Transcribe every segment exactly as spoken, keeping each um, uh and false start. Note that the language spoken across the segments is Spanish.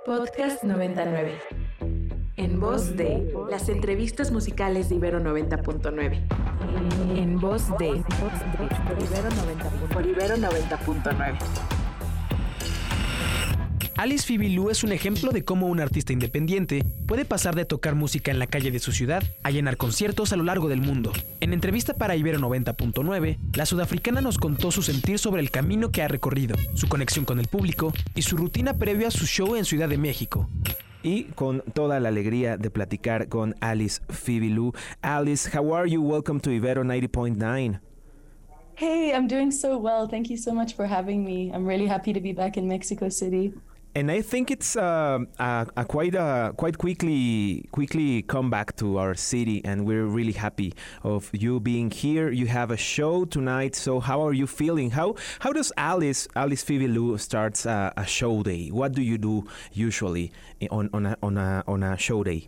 Podcast noventa y nueve. En voz de las entrevistas musicales de Ibero noventa punto nueve. En voz de por Ibero noventa punto nueve. Alice Phoebe Lou es un ejemplo de cómo un artista independiente puede pasar de tocar música en la calle de su ciudad a llenar conciertos a lo largo del mundo. En entrevista para Ibero noventa punto nueve, la sudafricana nos contó su sentir sobre el camino que ha recorrido, su conexión con el público y su rutina previa a su show en Ciudad de México. Y con toda la alegría de platicar con Alice Phoebe Lou. Alice, how are you? Welcome to Ibero ninety point nine. Hey, I'm doing so well. Thank you so much for having me. I'm really happy to be back in Mexico City. And I think it's uh, a, a quite a quite quickly quickly come back to our city, and we're really happy of you being here. You have a show tonight, so how are you feeling? How how does Alice Alice Phoebe Lou starts a, a show day? What do you do usually on on a on a on a show day?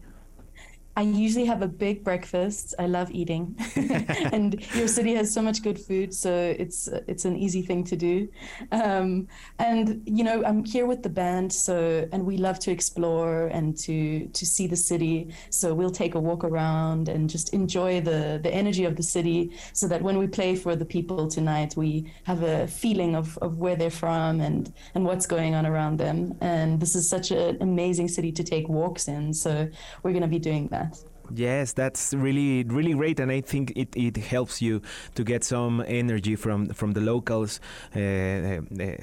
I usually have a big breakfast. I love eating. And your city has so much good food, so it's it's an easy thing to do. Um, and, you know, I'm here with the band, so and we love to explore and to to see the city. So we'll take a walk around and just enjoy the, the energy of the city so that when we play for the people tonight, we have a feeling of, of where they're from and, and what's going on around them. And this is such an amazing city to take walks in, so we're going to be doing that. Yes, that's really, really great, and I think it, it helps you to get some energy from from the locals uh, uh,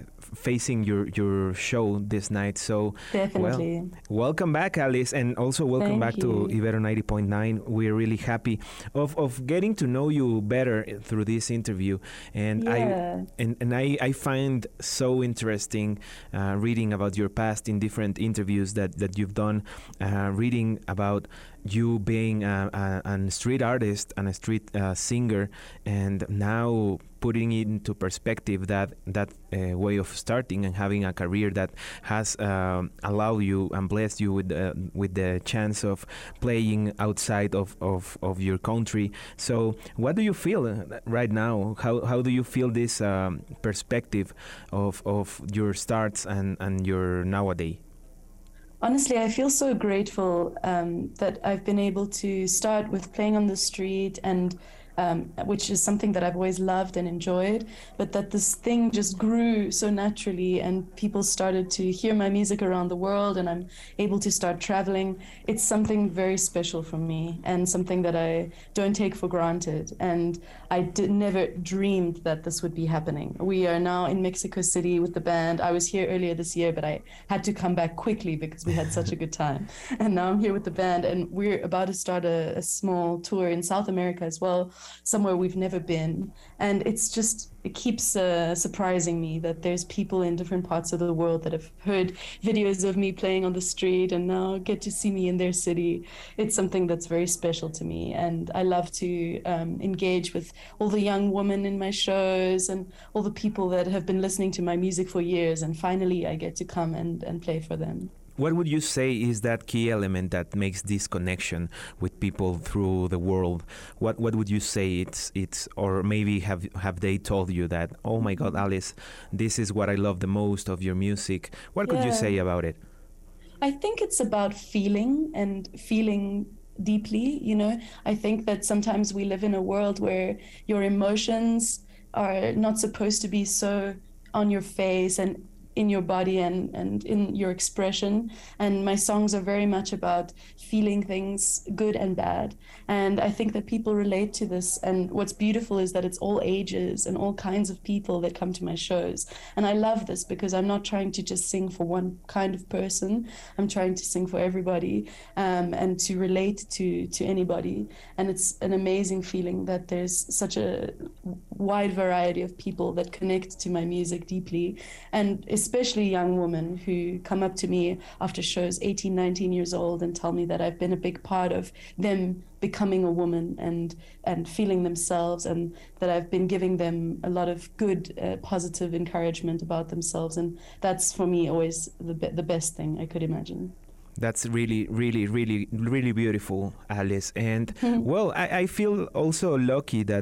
facing your, your show this night. So, definitely. Well, welcome back, Alice, and also welcome Thank back you. to Ibero ninety point nine. We're really happy of, of getting to know you better through this interview, and Yeah. I and, and I, I find so interesting uh, reading about your past in different interviews that, that you've done, uh, reading about you being a, a, a street artist and a street uh, singer, and now putting it into perspective that that uh, way of starting and having a career that has uh, allowed you and blessed you with uh, with the chance of playing outside of, of, of your country. So what do you feel right now? How how do you feel this um, perspective of, of your starts and, and your nowadays? Honestly, I feel so grateful um, that I've been able to start with playing on the street, and um, which is something that I've always loved and enjoyed, but that this thing just grew so naturally and people started to hear my music around the world and I'm able to start traveling. It's something very special for me and something that I don't take for granted. And I did, never dreamed that this would be happening. We are now in Mexico City with the band. I was here earlier this year, but I had to come back quickly because we had such a good time. And now I'm here with the band, and we're about to start a, a small tour in South America as well, somewhere we've never been. And it's just, it keeps uh, surprising me that there's people in different parts of the world that have heard videos of me playing on the street and now get to see me in their city. It's something that's very special to me. And I love to um, engage with all the young women in my shows and all the people that have been listening to my music for years. And finally, I get to come and, and play for them. What would you say is that key element that makes this connection with people through the world? What what would you say it's it's or maybe have have they told you that, oh my God, Alice, this is what I love the most of your music? What could Yeah. you say about it? I think it's about feeling and feeling deeply, you know. I think that sometimes we live in a world where your emotions are not supposed to be so on your face and in your body and, and in your expression. And my songs are very much about feeling things good and bad. And I think that people relate to this. And what's beautiful is that it's all ages and all kinds of people that come to my shows. And I love this because I'm not trying to just sing for one kind of person. I'm trying to sing for everybody um, and to relate to, to anybody. And it's an amazing feeling that there's such a wide variety of people that connect to my music deeply. And especially young women who come up to me after shows, eighteen, nineteen years old, and tell me that I've been a big part of them becoming a woman and and feeling themselves, and that I've been giving them a lot of good, uh, positive encouragement about themselves. And that's, for me, always the be- the best thing I could imagine. That's really, really, really, really beautiful, Alice. And, well, I, I feel also lucky that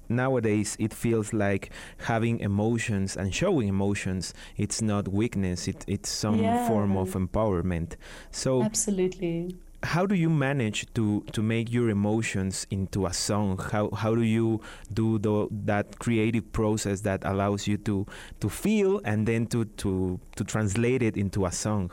nowadays it feels like having emotions and showing emotions, it's not weakness, it, it's some yeah. form of empowerment. So absolutely. How do you manage to, to make your emotions into a song? How how do you do the, that creative process that allows you to to feel and then to, to, to translate it into a song?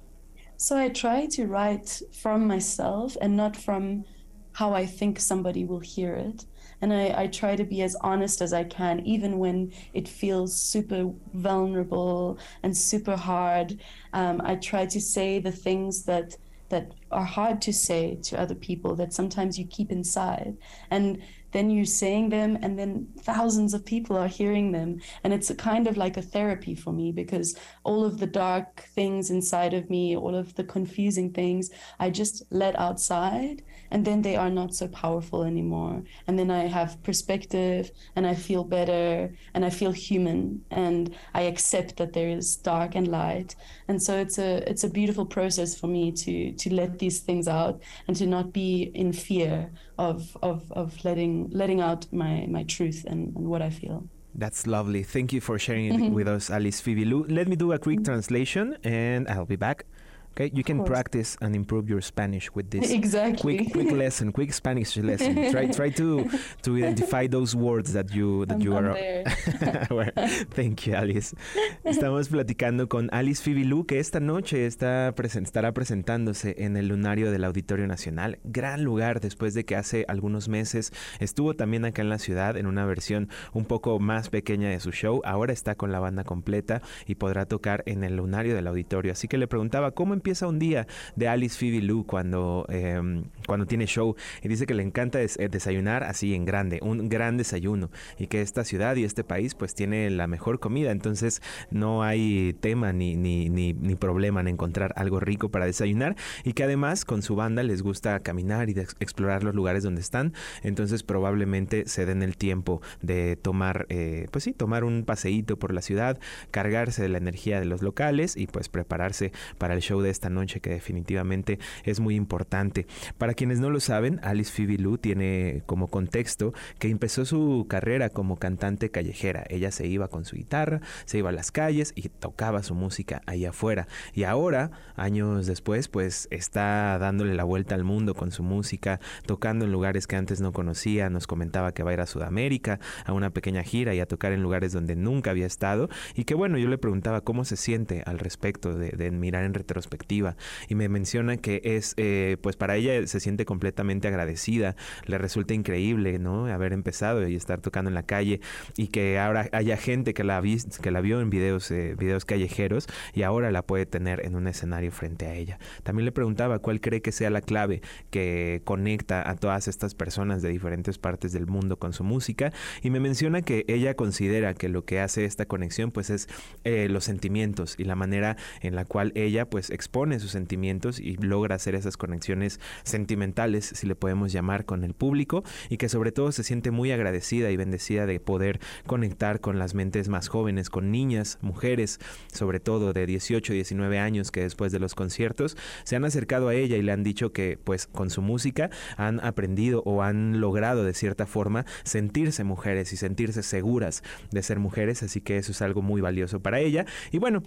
So I try to write from myself and not from how I think somebody will hear it. And I, I try to be as honest as I can, even when it feels super vulnerable and super hard. Um, I try to say the things that that are hard to say to other people, that sometimes you keep inside. And then you're saying them, and then thousands of people are hearing them. And it's a kind of like a therapy for me, because all of the dark things inside of me, all of the confusing things, I just let outside, and then they are not so powerful anymore. And then I have perspective, and I feel better, and I feel human, and I accept that there is dark and light. And so it's a it's a beautiful process for me to to let these things out, and to not be in fear of of of letting letting out my my truth and, and what I feel. That's lovely. Thank you for sharing it with us, Alice Phoebe Lu. Let me do a quick translation and I'll be back. Okay, you can practice and improve your Spanish with this exactly. quick quick lesson, quick Spanish lesson. Try try to to identify those words that you that I'm, you I'm are. there. Well, thank you, Alice. Estamos platicando con Alice Phoebe Lu, que esta noche está presen- estará presentándose en el Lunario del Auditorio Nacional. Gran lugar, después de que hace algunos meses estuvo también acá en la ciudad en una versión un poco más pequeña de su show. Ahora está con la banda completa y podrá tocar en el Lunario del Auditorio. Así que le preguntaba cómo empieza un día de Alice Phoebe Lu cuando, eh, cuando tiene show, y dice que le encanta des- desayunar así en grande, un gran desayuno, y que esta ciudad y este país pues tiene la mejor comida, entonces no hay tema ni, ni, ni, ni problema en encontrar algo rico para desayunar, y que además con su banda les gusta caminar y de ex- explorar los lugares donde están, entonces probablemente se den el tiempo de tomar, eh, pues sí, tomar un paseíto por la ciudad, cargarse de la energía de los locales y pues prepararse para el show de esta noche, que definitivamente es muy importante. Para quienes no lo saben, Alice Phoebe Lu tiene como contexto que empezó su carrera como cantante callejera. Ella se iba con su guitarra, se iba a las calles y tocaba su música ahí afuera. Y ahora, años después, pues está dándole la vuelta al mundo con su música, tocando en lugares que antes no conocía. Nos comentaba que va a ir a Sudamérica, a una pequeña gira y a tocar en lugares donde nunca había estado. Y que bueno, yo le preguntaba cómo se siente al respecto de, de mirar en retrospectiva, y me menciona que es, eh, pues para ella se siente completamente agradecida, le resulta increíble, ¿no?, haber empezado y estar tocando en la calle, y que ahora haya gente que la, vi, que la vio en videos, eh, videos callejeros, y ahora la puede tener en un escenario frente a ella. También le preguntaba cuál cree que sea la clave que conecta a todas estas personas de diferentes partes del mundo con su música, y me menciona que ella considera que lo que hace esta conexión pues es eh, los sentimientos y la manera en la cual ella pues expone sus sentimientos y logra hacer esas conexiones sentimentales, si le podemos llamar, con el público, y que sobre todo se siente muy agradecida y bendecida de poder conectar con las mentes más jóvenes, con niñas, mujeres, sobre todo de dieciocho, diecinueve años, que después de los conciertos se han acercado a ella y le han dicho que pues con su música han aprendido o han logrado de cierta forma sentirse mujeres y sentirse seguras de ser mujeres, así que eso es algo muy valioso para ella. Y bueno,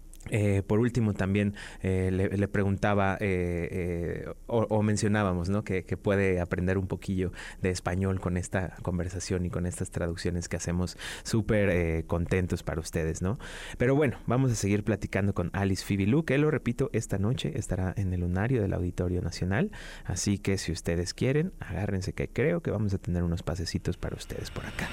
Eh, por último también eh, le, le preguntaba eh, eh, o, o mencionábamos, ¿no?, que, que puede aprender un poquillo de español con esta conversación y con estas traducciones que hacemos súper eh, contentos para ustedes, ¿no? Pero bueno, vamos a seguir platicando con Alice Phoebe Lu, que lo repito, esta noche estará en el Lunario del Auditorio Nacional, así que si ustedes quieren, agárrense, que creo que vamos a tener unos pasecitos para ustedes por acá.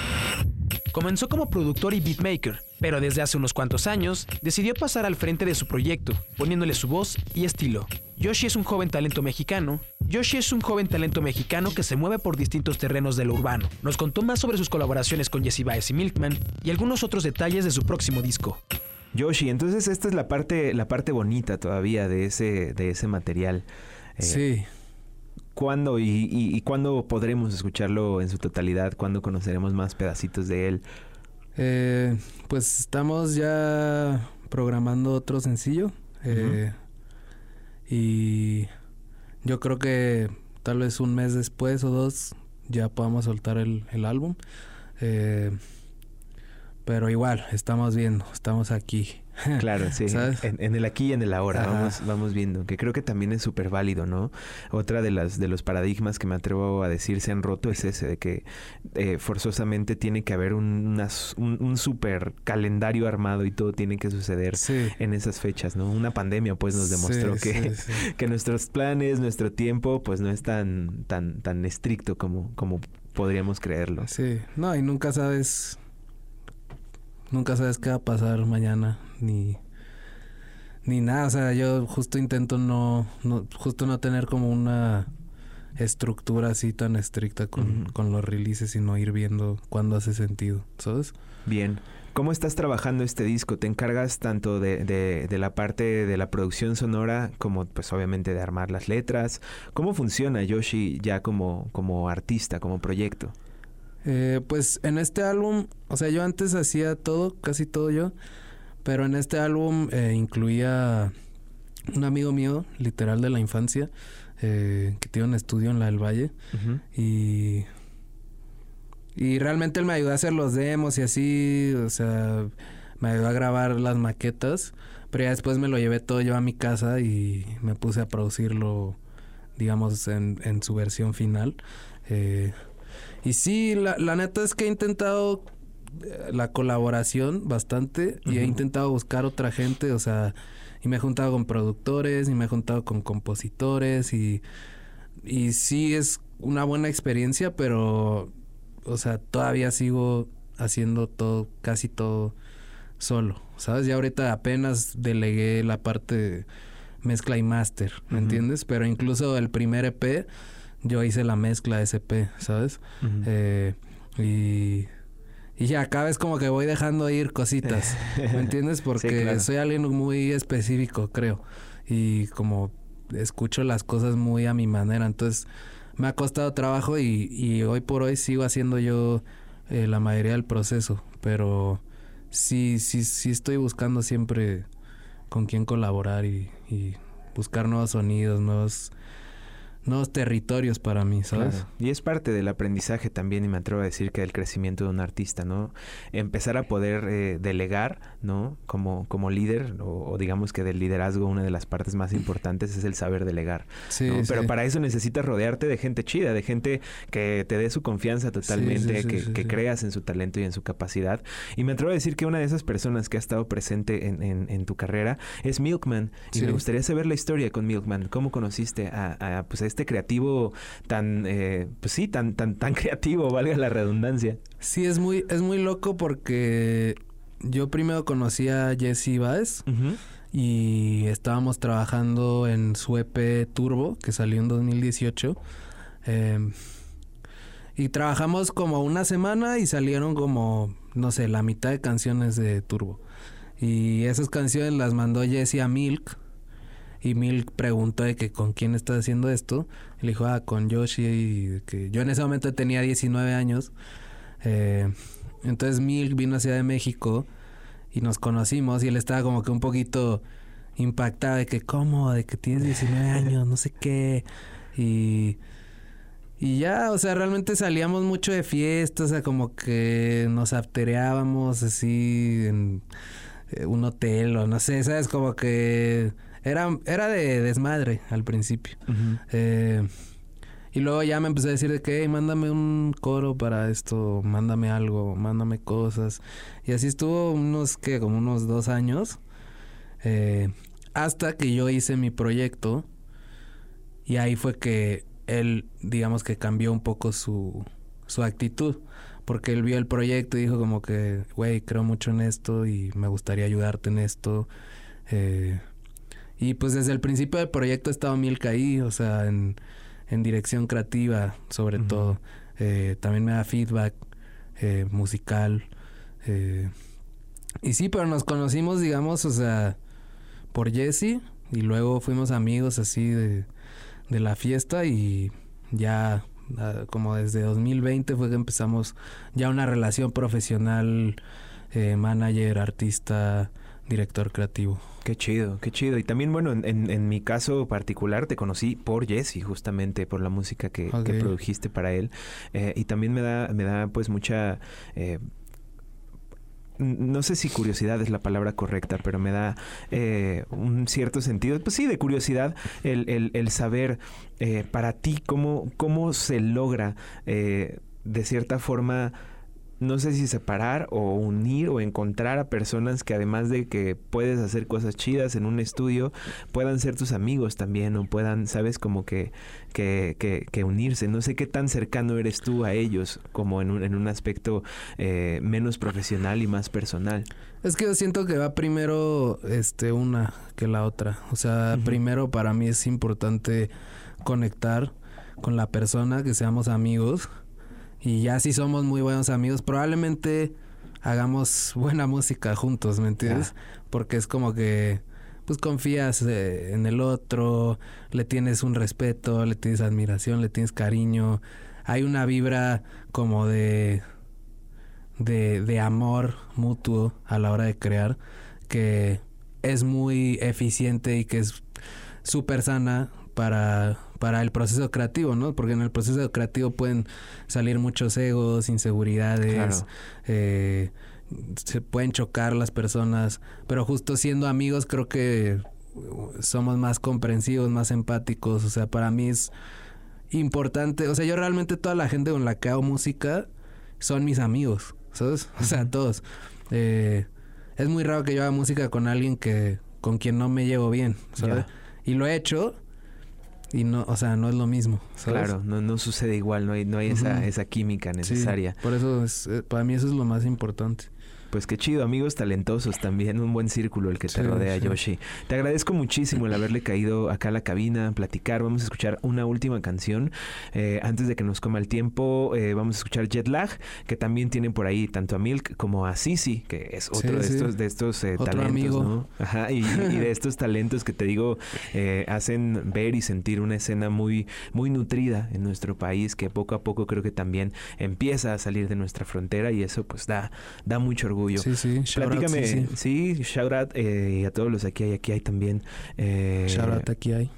Comenzó como productor y beatmaker, pero desde hace unos cuantos años decidió pasar al frente de su proyecto, poniéndole su voz y estilo. Yoshi es un joven talento mexicano. Yoshi es un joven talento mexicano que se mueve por distintos terrenos de lo urbano. Nos contó más sobre sus colaboraciones con Jessie Baez y Milkman y algunos otros detalles de su próximo disco. Yoshi, entonces esta es la parte, la parte bonita todavía de ese, de ese material. Eh, sí. ¿Cuándo y, y, y cuándo podremos escucharlo en su totalidad? ¿Cuándo conoceremos más pedacitos de él? Eh, pues estamos ya programando otro sencillo. Eh, uh-huh. Y yo creo que tal vez un mes después o dos ya podamos soltar el, el álbum. Eh, pero igual, estamos viendo, estamos aquí. Claro, sí. En, en el aquí y en el ahora vamos, vamos viendo, que creo que también es súper válido, ¿no? Otra de las de los paradigmas que me atrevo a decir se han roto es ese, de que eh, forzosamente tiene que haber un, una, un, un súper calendario armado y todo tiene que suceder sí. en esas fechas, ¿no? Una pandemia pues nos demostró sí, que, sí, sí. que nuestros planes, nuestro tiempo pues no es tan, tan, tan estricto como, como podríamos creerlo. Sí, no, y nunca sabes... Nunca sabes qué va a pasar mañana, ni, ni nada. O sea, yo justo intento no, no, justo no tener como una estructura así tan estricta con, uh-huh. con los releases, sino ir viendo cuándo hace sentido, ¿sabes? Bien. ¿Cómo estás trabajando este disco? ¿Te encargas tanto de, de, de la parte de la producción sonora como, pues, obviamente de armar las letras? ¿Cómo funciona Yoshi ya como, como artista, como proyecto? Eh, pues en este álbum, o sea, yo antes hacía todo, casi todo yo, pero en este álbum eh, incluía un amigo mío, literal de la infancia, eh, que tiene un estudio en la del Valle, uh-huh. y y realmente él me ayudó a hacer los demos y así, o sea, me ayudó a grabar las maquetas, pero ya después me lo llevé todo yo a mi casa y me puse a producirlo, digamos, en, en su versión final. Eh, Y sí, la, la neta es que he intentado eh, la colaboración bastante uh-huh. y he intentado buscar otra gente, o sea, y me he juntado con productores y me he juntado con compositores y, y sí es una buena experiencia, pero, o sea, todavía sigo haciendo todo, casi todo solo, ¿sabes? Ya ahorita apenas delegué la parte de mezcla y máster, ¿me uh-huh. entiendes? Pero incluso el primer E P... yo hice la mezcla de ese E P, ¿sabes? Uh-huh. Eh, y, y ya, cada vez como que voy dejando ir cositas, ¿me entiendes? Porque sí, claro. soy alguien muy específico, creo. Y como escucho las cosas muy a mi manera. Entonces, me ha costado trabajo y, y hoy por hoy sigo haciendo yo eh, la mayoría del proceso. Pero sí, sí, sí estoy buscando siempre con quién colaborar y, y buscar nuevos sonidos, nuevos... nuevos territorios para mí, ¿sabes? Claro. Y es parte del aprendizaje también, y me atrevo a decir que del crecimiento de un artista, ¿no? Empezar a poder eh, delegar, ¿no? Como, como líder, o, o digamos que del liderazgo, una de las partes más importantes es el saber delegar, sí, ¿no? Pero sí. para eso necesitas rodearte de gente chida, de gente que te dé su confianza totalmente, sí, sí, sí, que, sí, que sí. creas en su talento y en su capacidad. Y me atrevo a decir que una de esas personas que ha estado presente en, en, en tu carrera es Milkman. Y sí. me gustaría saber la historia con Milkman. ¿Cómo conociste a, a pues, a este creativo tan, eh, pues sí, tan, tan, tan creativo, valga la redundancia? Sí, es muy, es muy loco porque yo primero conocí a Jesse Baez uh-huh. y estábamos trabajando en su E P Turbo, que salió en dos mil dieciocho. Eh, y trabajamos como una semana y salieron como, no sé, la mitad de canciones de Turbo. Y esas canciones las mandó Jesse a Milk. Y Milk preguntó de que con quién estás haciendo esto. Y le dijo, ah, con Yoshi. Y que yo en ese momento tenía diecinueve años. Eh, entonces Milk vino a Ciudad de México y nos conocimos. Y él estaba como que un poquito impactado de que, ¿cómo? De que tienes diecinueve años, no sé qué. Y, y ya, o sea, realmente salíamos mucho de fiestas. O sea, como que nos aftereábamos así en eh, un hotel o no sé, ¿sabes? Como que... Era, era de desmadre al principio. Uh-huh. Eh, y luego ya me empecé a decir de que, hey, mándame un coro para esto, mándame algo, mándame cosas. Y así estuvo unos, ¿qué? Como unos dos años. Eh, hasta que yo hice mi proyecto. Y ahí fue que él, digamos que cambió un poco su, su actitud. Porque él vio el proyecto y dijo como que, güey, creo mucho en esto y me gustaría ayudarte en esto. Eh... Y pues desde el principio del proyecto estaba Milk ahí, o sea, en, en dirección creativa, sobre uh-huh. todo. Eh, también me da feedback eh, musical. Eh, y sí, pero nos conocimos, digamos, o sea, por Jesse. Y luego fuimos amigos así de, de la fiesta. Y ya, como desde dos mil veinte fue que empezamos ya una relación profesional, eh, manager, artista, director creativo. Qué chido, qué chido. Y también, bueno, en, en, en mi caso particular te conocí por Jesse, justamente por la música que, okay. que produjiste para él. Eh, y también me da, me da pues mucha... Eh, no sé si curiosidad es la palabra correcta, pero me da eh, un cierto sentido, pues sí, de curiosidad, el, el, el saber eh, para ti cómo, cómo se logra eh, de cierta forma, no sé si separar o unir o encontrar a personas que además de que puedes hacer cosas chidas en un estudio, puedan ser tus amigos también o puedan, sabes, como que, que, que, que unirse. No sé qué tan cercano eres tú a ellos, como en un, en un aspecto eh, menos profesional y más personal. Es que yo siento que va primero este una que la otra. O sea, uh-huh. primero para mí es importante conectar con la persona, que seamos amigos. Y ya si somos muy buenos amigos, probablemente hagamos buena música juntos, ¿me entiendes? Yeah. Porque es como que, pues confías eh, en el otro, le tienes un respeto, le tienes admiración, le tienes cariño. Hay una vibra como de, de, de amor mutuo a la hora de crear que es muy eficiente y que es súper sana para... para el proceso creativo, ¿no? Porque en el proceso creativo pueden salir muchos egos, inseguridades, claro. eh, se pueden chocar las personas, pero justo siendo amigos creo que somos más comprensivos, más empáticos. O sea, para mí es importante, o sea, yo realmente toda la gente con la que hago música son mis amigos, ¿sabes? O sea, todos. Eh, es muy raro que yo haga música con alguien que con quien no me llevo bien, ¿sabes? Yeah. Y lo he hecho... Y no, o sea, no es lo mismo, ¿sabes? Claro, no, no sucede igual, no hay, no hay uh-huh. esa, esa química necesaria. Sí, por eso, es, para mí eso es lo más importante. Pues qué chido, amigos talentosos también, un buen círculo el que te sí, rodea, sí. Yoshi. Te agradezco muchísimo el haberle caído acá a la cabina, a platicar. Vamos a escuchar una última canción. Eh, antes de que nos coma el tiempo, eh, vamos a escuchar Jet Lag, que también tienen por ahí tanto a Milk como a Sisi, que es otro sí, de, sí. estos, de estos eh, talentos, amigo. ¿no? Ajá, y, y de estos talentos que te digo, eh, hacen ver y sentir una escena muy, muy nutrida en nuestro país, que poco a poco creo que también empieza a salir de nuestra frontera y eso pues da, da mucho orgullo. Sí, sí. Shout Platícame, out, sí, sí. sí, shout out eh, y a todos los aquí hay, aquí hay también. Eh, shout out, aquí hay.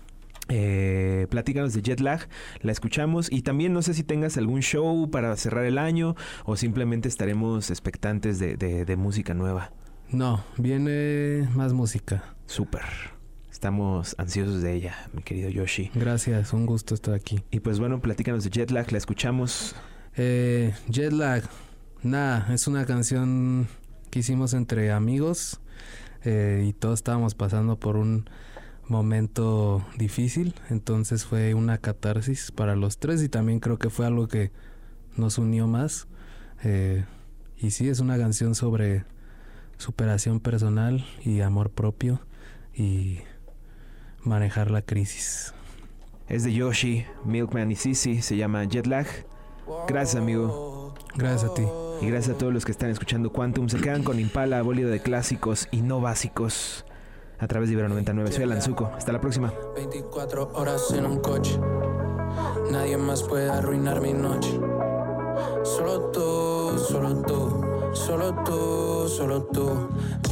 Eh, platícanos de Jet Lag, la escuchamos y también no sé si tengas algún show para cerrar el año o simplemente estaremos expectantes de, de, de música nueva. No, viene más música. Súper. Estamos ansiosos de ella, mi querido Yoshi. Gracias, un gusto estar aquí. Y pues bueno, platícanos de Jet Lag, la escuchamos. Eh, Jet Lag. Nada, es una canción que hicimos entre amigos eh, y todos estábamos pasando por un momento difícil, entonces fue una catarsis para los tres y también creo que fue algo que nos unió más. Eh, y sí, es una canción sobre superación personal y amor propio y manejar la crisis. Es de Yoshi, Milkman y Sisi, se llama Jet Lag. Gracias, amigo. Gracias a ti. Y gracias a todos los que están escuchando Quantum. Se quedan con Impala, bólido de clásicos y no básicos a través de Ibero noventa y nueve. Soy Alan Zuko. Hasta la próxima. veinticuatro horas en un coche. Nadie más puede arruinar mi noche. Solo tú, solo tú, solo tú, solo tú.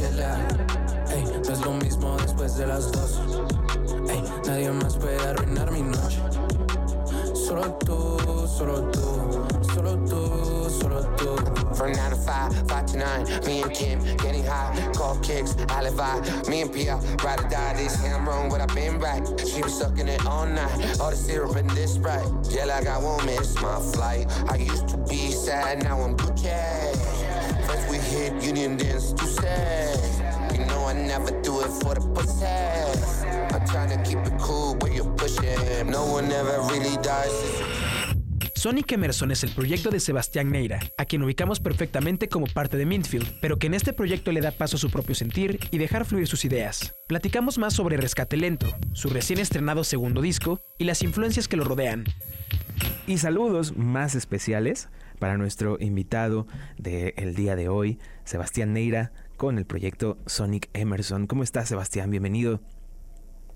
Ey, no es lo mismo después de las dos. Ey, nadie más puede arruinar mi noche. Solo tú, solo tú, solo tú, solo tú. From nine to five, five to nine, me and Kim getting high, call kicks, I live by, me and Pia, ride or die, they say I'm wrong, but I've been right. She was sucking it all night, all the syrup in this Sprite. Yeah, like I won't miss my flight. I used to be sad, now I'm blue cash. First we hit Union, then too sad. You know I never do it for the pussy. I'm trying to keep it cool, but you're pushing. No one ever really dies. Sonic Emerson es el proyecto de Sebastián Neira, a quien ubicamos perfectamente como parte de Mintfield, pero que en este proyecto le da paso a su propio sentir y dejar fluir sus ideas. Platicamos más sobre Rescate Lento, su recién estrenado segundo disco y las influencias que lo rodean. Y saludos más especiales para nuestro invitado del día de hoy, Sebastián Neira, con el proyecto Sonic Emerson. ¿Cómo estás, Sebastián? Bienvenido.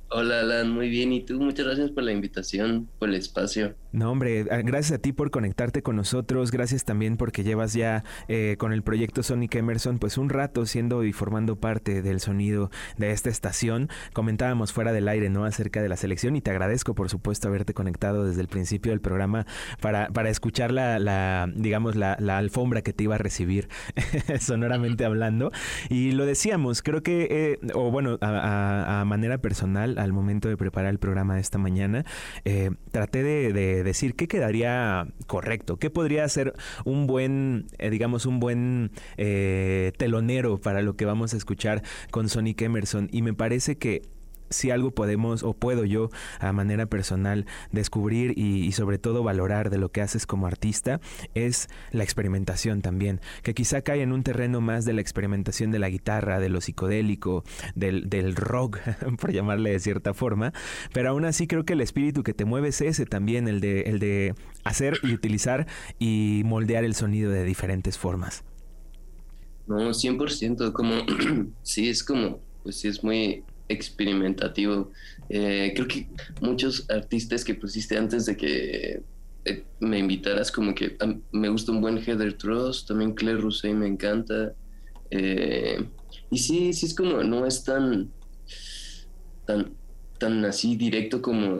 Hola, Alan, muy bien. ¿Y tú? Muchas gracias por la invitación, por el espacio. No, hombre, gracias a ti por conectarte con nosotros, gracias también porque llevas ya eh, con el proyecto Sonic Emerson pues un rato siendo y formando parte del sonido de esta estación. Comentábamos fuera del aire, ¿no?, acerca de la selección y te agradezco por supuesto haberte conectado desde el principio del programa para, para escuchar la, la digamos, la, la alfombra que te iba a recibir sonoramente hablando. Y lo decíamos, creo que, eh, o bueno, a, a, a manera personal, al momento de preparar el programa de esta mañana, eh, traté de, de decir qué quedaría correcto, qué podría ser un buen, eh, digamos, un buen eh, telonero para lo que vamos a escuchar con Sonic Emerson. Y me parece que si algo podemos o puedo yo a manera personal descubrir y, y sobre todo valorar de lo que haces como artista es la experimentación también, que quizá cae en un terreno más de la experimentación de la guitarra, de lo psicodélico, del, del rock, por llamarle de cierta forma, pero aún así creo que el espíritu que te mueve es ese también, el de, el de hacer y utilizar y moldear el sonido de diferentes formas. No, cien por ciento, como, sí, es como, pues sí, es muy experimentativo. Eh, creo que muchos artistas que pusiste antes de que eh, me invitaras, como que um, me gusta un buen Heather Trust, también Claire Rousay me encanta. Eh, y sí, sí es como, no es tan, tan, tan así directo como,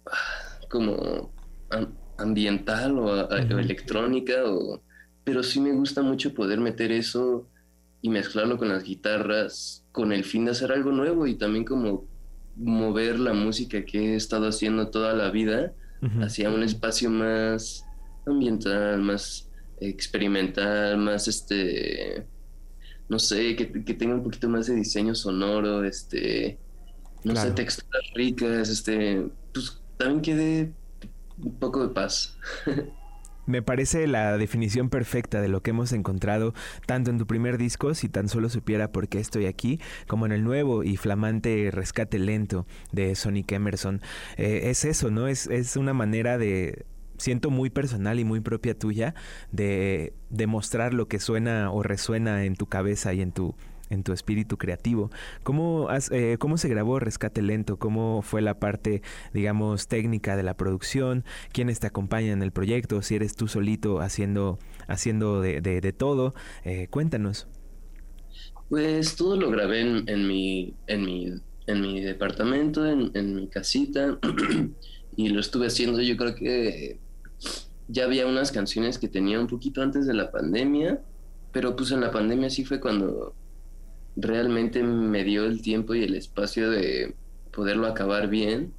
como am, ambiental o, a, Uh-huh. o electrónica, o, pero sí me gusta mucho poder meter eso y mezclarlo con las guitarras con el fin de hacer algo nuevo y también como mover la música que he estado haciendo toda la vida Uh-huh. hacia un espacio más ambiental, más experimental, más este, no sé, que, que tenga un poquito más de diseño sonoro, este, no Claro. sé, texturas ricas, este, pues también que dé un poco de paz. Me parece la definición perfecta de lo que hemos encontrado tanto en tu primer disco, Si tan solo supiera por qué estoy aquí, como en el nuevo y flamante Rescate Lento de Sonic Emerson. Eh, es eso, ¿no? Es, es una manera de, siento muy personal y muy propia tuya, de, de mostrar lo que suena o resuena en tu cabeza y en tu en tu espíritu creativo. ¿Cómo, has, eh, ¿Cómo se grabó Rescate Lento? ¿Cómo fue la parte, digamos, técnica de la producción? ¿Quiénes te acompañan en el proyecto? Si eres tú solito haciendo, haciendo de, de, de todo. Eh, cuéntanos. Pues todo lo grabé en, en mi, en mi, en mi departamento, en, en mi casita, y lo estuve haciendo. Yo creo que ya había unas canciones que tenía un poquito antes de la pandemia, pero pues en la pandemia sí fue cuando realmente me dio el tiempo y el espacio de poderlo acabar bien.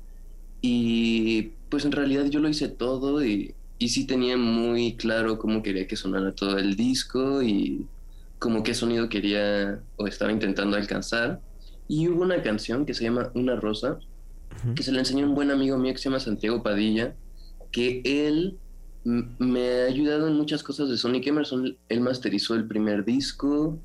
Y pues en realidad yo lo hice todo y, y sí tenía muy claro cómo quería que sonara todo el disco y como qué sonido quería o estaba intentando alcanzar. Y hubo una canción que se llama Una Rosa, Uh-huh. que se la enseñó un buen amigo mío que se llama Santiago Padilla, que él m- me ha ayudado en muchas cosas de Sonic Emerson. Él masterizó el primer disco,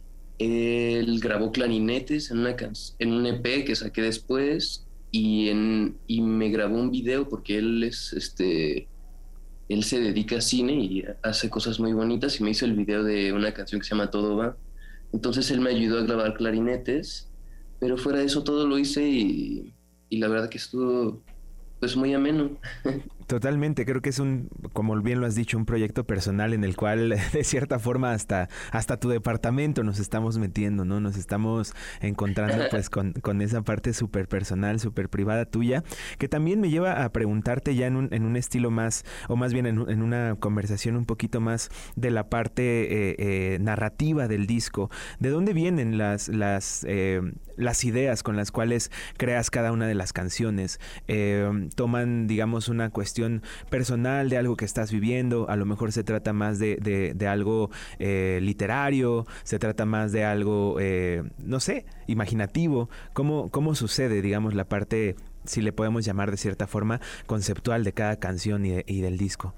él grabó clarinetes en, una can- en un E P que saqué después y, en, y me grabó un video porque él es este... Él se dedica a cine y hace cosas muy bonitas y me hizo el video de una canción que se llama Todo Va. Entonces él me ayudó a grabar clarinetes, pero fuera de eso todo lo hice y, y la verdad que estuvo pues muy ameno. Totalmente, creo que es un, como bien lo has dicho, un proyecto personal en el cual de cierta forma hasta, hasta tu departamento nos estamos metiendo, ¿no? Nos estamos encontrando pues con, con esa parte súper personal, súper privada tuya, que también me lleva a preguntarte ya en un, en un estilo más, o más bien en, en una conversación un poquito más de la parte eh, eh, narrativa del disco. ¿De dónde vienen las, las, eh, las ideas con las cuales creas cada una de las canciones? Eh, toman, digamos, una cuestión personal de algo que estás viviendo, a lo mejor se trata más de, de, de algo eh, literario, se trata más de algo, eh, no sé, imaginativo. ¿Cómo, cómo sucede, digamos, la parte, si le podemos llamar de cierta forma, conceptual de cada canción y, de, y del disco?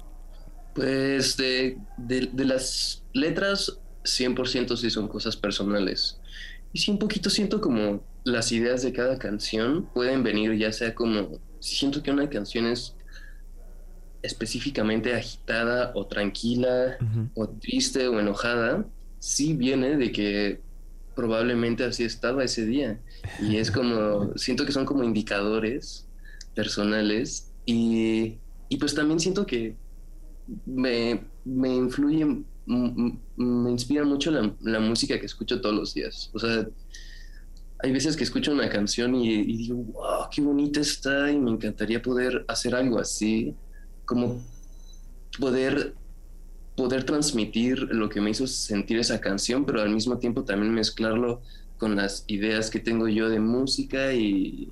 Pues de, de, de las letras, cien por ciento sí son cosas personales. Y sí, un poquito siento como las ideas de cada canción pueden venir, ya sea como, siento que una canción es específicamente agitada o tranquila Uh-huh. o triste o enojada, sí viene de que probablemente así estaba ese día. Y es como, siento que son como indicadores personales y, y pues también siento que me, me influye, m- m- me inspira mucho la, la música que escucho todos los días. O sea, hay veces que escucho una canción y, y digo, wow, qué bonita está y me encantaría poder hacer algo así, como poder, poder transmitir lo que me hizo sentir esa canción, pero al mismo tiempo también mezclarlo con las ideas que tengo yo de música y,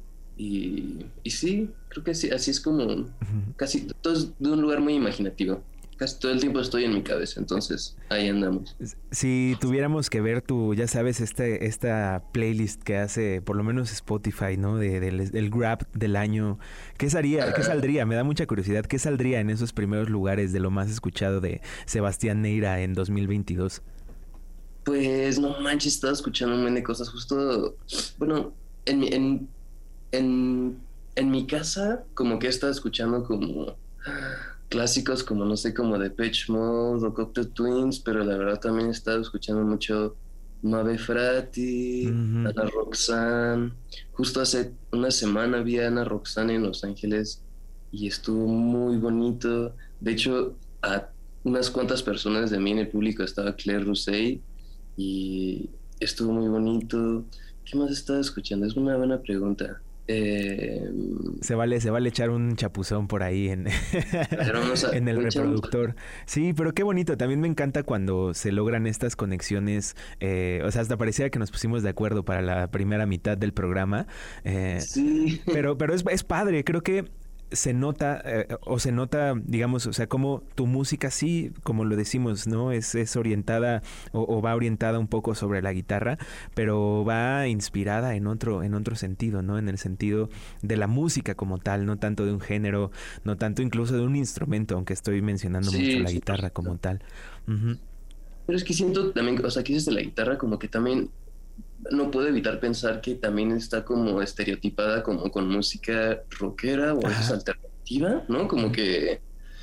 y, y sí, creo que sí, así es como casi todo es de un lugar muy imaginativo. Casi todo el tiempo estoy en mi cabeza, entonces ahí andamos. Si tuviéramos que ver tu, ya sabes, este, esta playlist que hace por lo menos Spotify, ¿no? De, del, del Grab del año, ¿qué saldría? ¿Qué saldría? Me da mucha curiosidad. ¿Qué saldría en esos primeros lugares de lo más escuchado de Sebastián Neira en dos mil veintidós? Pues no manches, estaba escuchando un montón de cosas. Justo, bueno, en, mi- en, en, en mi casa, como que he estado escuchando como clásicos, como no sé, como Depeche Mode o Cocteau Twins, pero la verdad también he estado escuchando mucho Mabe Frati, Ujú. Ana Roxanne. Justo hace una semana vi a Ana Roxanne en Los Ángeles y estuvo muy bonito. De hecho, a unas cuantas personas de mí en el público estaba Claire Rousseau y estuvo muy bonito. ¿Qué más estaba escuchando? Es una buena pregunta. Eh, Se vale, se vale echar un chapuzón por ahí en, pero vamos a en el echar un- reproductor. Sí, pero qué bonito. También me encanta cuando se logran estas conexiones. eh, o sea, hasta parecía que nos pusimos de acuerdo para la primera mitad del programa. eh, Sí. pero pero es, es padre. Creo que se nota, eh, o se nota, digamos, o sea, como tu música sí, como lo decimos, ¿no? Es, es orientada o, o va orientada un poco sobre la guitarra, pero va inspirada en otro, en otro sentido, ¿no? En el sentido de la música como tal, no tanto de un género, no tanto incluso de un instrumento, aunque estoy mencionando Sí, mucho la sí, guitarra como tal. Ujú. Pero es que siento también, o sea, que dices de la guitarra, como que también no puedo evitar pensar que también está como estereotipada como con música rockera o a veces Ajá. alternativa, ¿no? Como que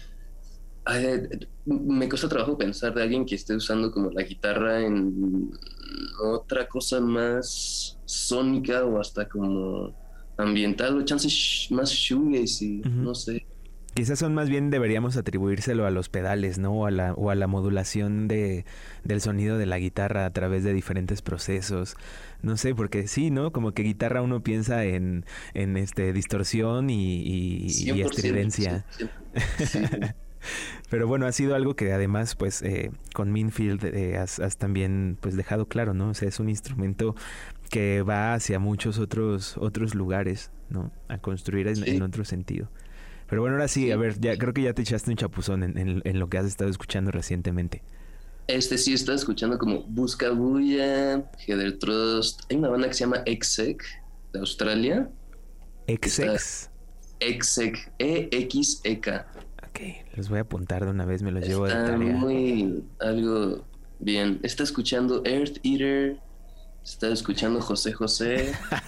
ay, me cuesta trabajo pensar de alguien que esté usando como la guitarra en otra cosa más sónica o hasta como ambiental o chances sh- más shoegaze, Ujú. no sé. Quizás son más bien deberíamos atribuírselo a los pedales, ¿no? O a la, o a la modulación de, del sonido de la guitarra a través de diferentes procesos. No sé, porque sí, ¿no? Como que guitarra uno piensa en, en este distorsión y, y, y cien por ciento, estridencia. cien por ciento. Sí. Pero bueno, ha sido algo que además, pues, eh, con Minfield eh, has, has también pues dejado claro, ¿no? O sea, es un instrumento que va hacia muchos otros, otros lugares, ¿no? A construir en, Sí. en otro sentido. Pero bueno, ahora sí, Sí. a ver, ya creo que ya te echaste un chapuzón en, en- en lo que has estado escuchando recientemente. Este sí está escuchando como Busca Bulla, Heather Trust. Hay una banda que se llama Exec de Australia. Exex. Exec, E X E K. Ok, los voy a apuntar de una vez, me los llevo de Está tarea. muy algo bien. Está escuchando Earth Eater. Está escuchando José José.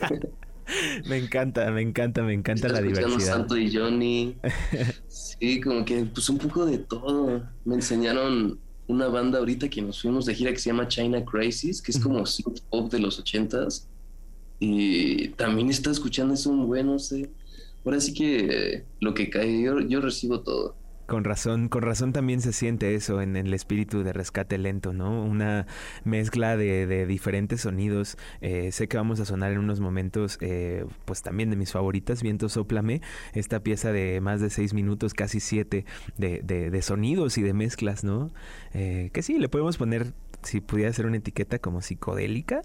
Me encanta, me encanta, me encanta Está la escuchando diversidad. Santo y Johnny. Sí, como que pues un poco de todo. Me enseñaron una banda ahorita que nos fuimos de gira que se llama China Crisis, que es como synth pop de los ochentas. Y también está escuchando eso un buen, no sé. Ahora sí que eh, lo que cae, yo, yo recibo todo. Con razón, con razón también se siente eso en el espíritu de Rescate Lento, ¿no? Una mezcla de, de diferentes sonidos. Eh, sé que vamos a sonar en unos momentos, eh, pues también de mis favoritas, Viento Sóplame, esta pieza de más de seis minutos, casi siete, de, de, de sonidos y de mezclas, ¿no? Eh, que sí, le podemos poner, si pudiera ser una etiqueta como psicodélica.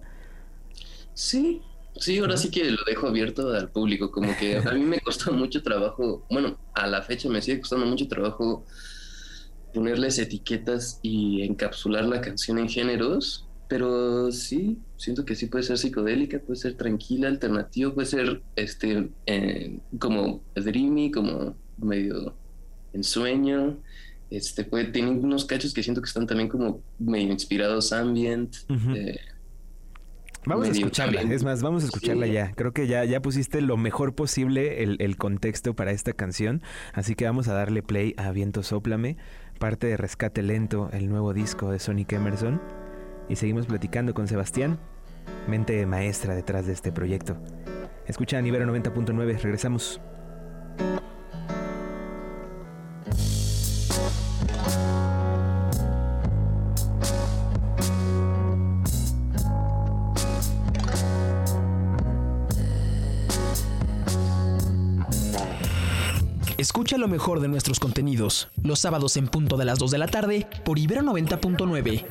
Sí, sí, ahora sí que lo dejo abierto al público, como que a mí me costó mucho trabajo, bueno, a la fecha me sigue costando mucho trabajo ponerles etiquetas y encapsular la canción en géneros, pero sí, siento que sí puede ser psicodélica, puede ser tranquila, alternativa, puede ser este eh, como dreamy, como medio ensueño, este puede tener unos cachos que siento que están también como medio inspirados ambient. Ujú. eh, Vamos a medio escucharla, también- es más, vamos a escucharla Sí. ya. Creo que ya, ya pusiste lo mejor posible el, el contexto para esta canción, así que vamos a darle play a Viento Sóplame, parte de Rescate Lento, el nuevo disco de Sonic Emerson. y seguimos platicando con Sebastián, mente maestra detrás de este proyecto. Escuchan Ibero noventa punto nueve, regresamos. Escucha lo mejor de nuestros contenidos los sábados en punto de las dos de la tarde por Ibero noventa punto nueve.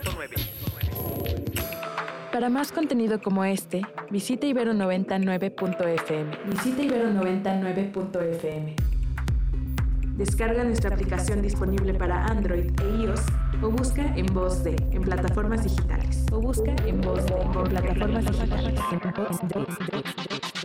Para más contenido como este, visita ibero noventa y nueve punto efe eme. Visita ibero noventa y nueve punto efe eme. Descarga nuestra aplicación disponible para Android e iOS o busca en Voz de en plataformas digitales. O busca en Voz de en plataformas digitales.